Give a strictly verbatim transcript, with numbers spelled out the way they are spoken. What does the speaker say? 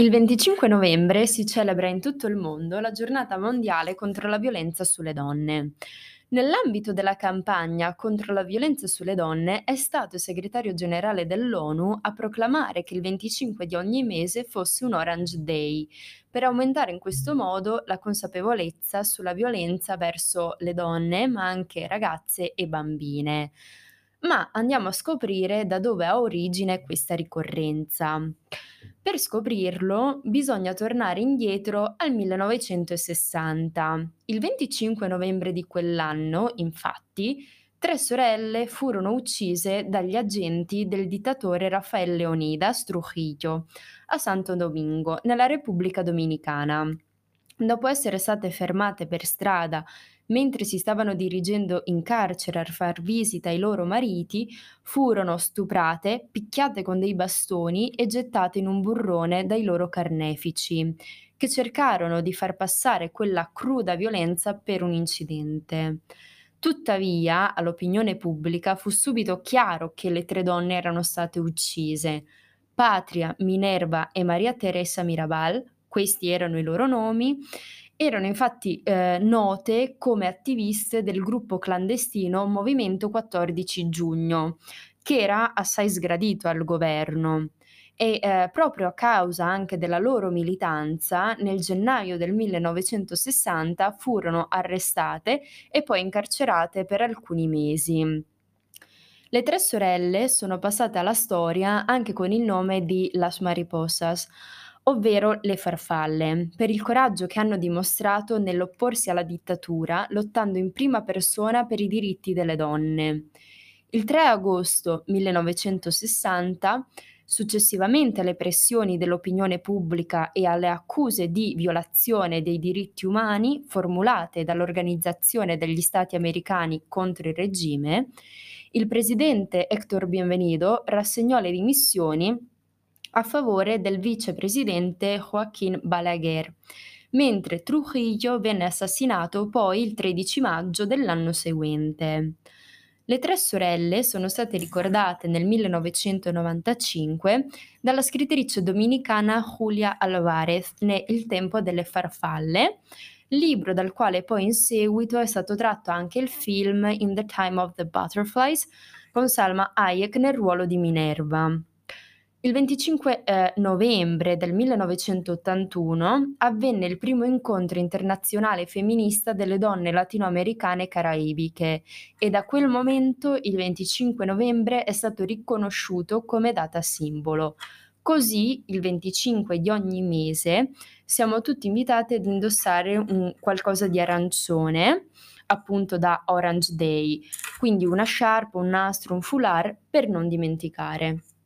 Il venticinque novembre si celebra in tutto il mondo la giornata mondiale contro la violenza sulle donne. Nell'ambito della campagna contro la violenza sulle donne è stato il segretario generale dell'ONU a proclamare che il venticinque di ogni mese fosse un Orange Day, per aumentare in questo modo la consapevolezza sulla violenza verso le donne, ma anche ragazze e bambine. Ma andiamo a scoprire da dove ha origine questa ricorrenza. Per scoprirlo bisogna tornare indietro al millenovecentosessanta. Il venticinque novembre di quell'anno, infatti, tre sorelle furono uccise dagli agenti del dittatore Rafael Leonidas Trujillo a Santo Domingo, nella Repubblica Dominicana. Dopo essere state fermate per strada mentre si stavano dirigendo in carcere a far visita ai loro mariti, furono stuprate, picchiate con dei bastoni e gettate in un burrone dai loro carnefici, che cercarono di far passare quella cruda violenza per un incidente. Tuttavia, all'opinione pubblica fu subito chiaro che le tre donne erano state uccise. Patria, Minerva e Maria Teresa Mirabal, questi erano i loro nomi, erano infatti eh, note come attiviste del gruppo clandestino Movimento quattordici Giugno, che era assai sgradito al governo. E eh, proprio a causa anche della loro militanza, nel gennaio del millenovecentosessanta furono arrestate e poi incarcerate per alcuni mesi. Le tre sorelle sono passate alla storia anche con il nome di Las Mariposas, ovvero le farfalle, per il coraggio che hanno dimostrato nell'opporsi alla dittatura, lottando in prima persona per i diritti delle donne. Il tre agosto millenovecentosessanta, successivamente alle pressioni dell'opinione pubblica e alle accuse di violazione dei diritti umani formulate dall'Organizzazione degli Stati Americani contro il regime, il presidente Héctor Bienvenido rassegnò le dimissioni a favore del vicepresidente Joaquín Balaguer, mentre Trujillo venne assassinato poi il tredici maggio dell'anno seguente. Le tre sorelle sono state ricordate nel millenovecentonovantacinque dalla scrittrice dominicana Julia Alvarez ne Il tempo delle farfalle, libro dal quale poi in seguito è stato tratto anche il film In the Time of the Butterflies con Salma Hayek nel ruolo di Minerva. Il venticinque eh, novembre del millenovecentottantuno avvenne il primo incontro internazionale femminista delle donne latinoamericane e caraibiche e da quel momento il venticinque novembre è stato riconosciuto come data simbolo. Così il venticinque di ogni mese siamo tutti invitati ad indossare un qualcosa di arancione, appunto da Orange Day, quindi una sciarpa, un nastro, un foulard per non dimenticare.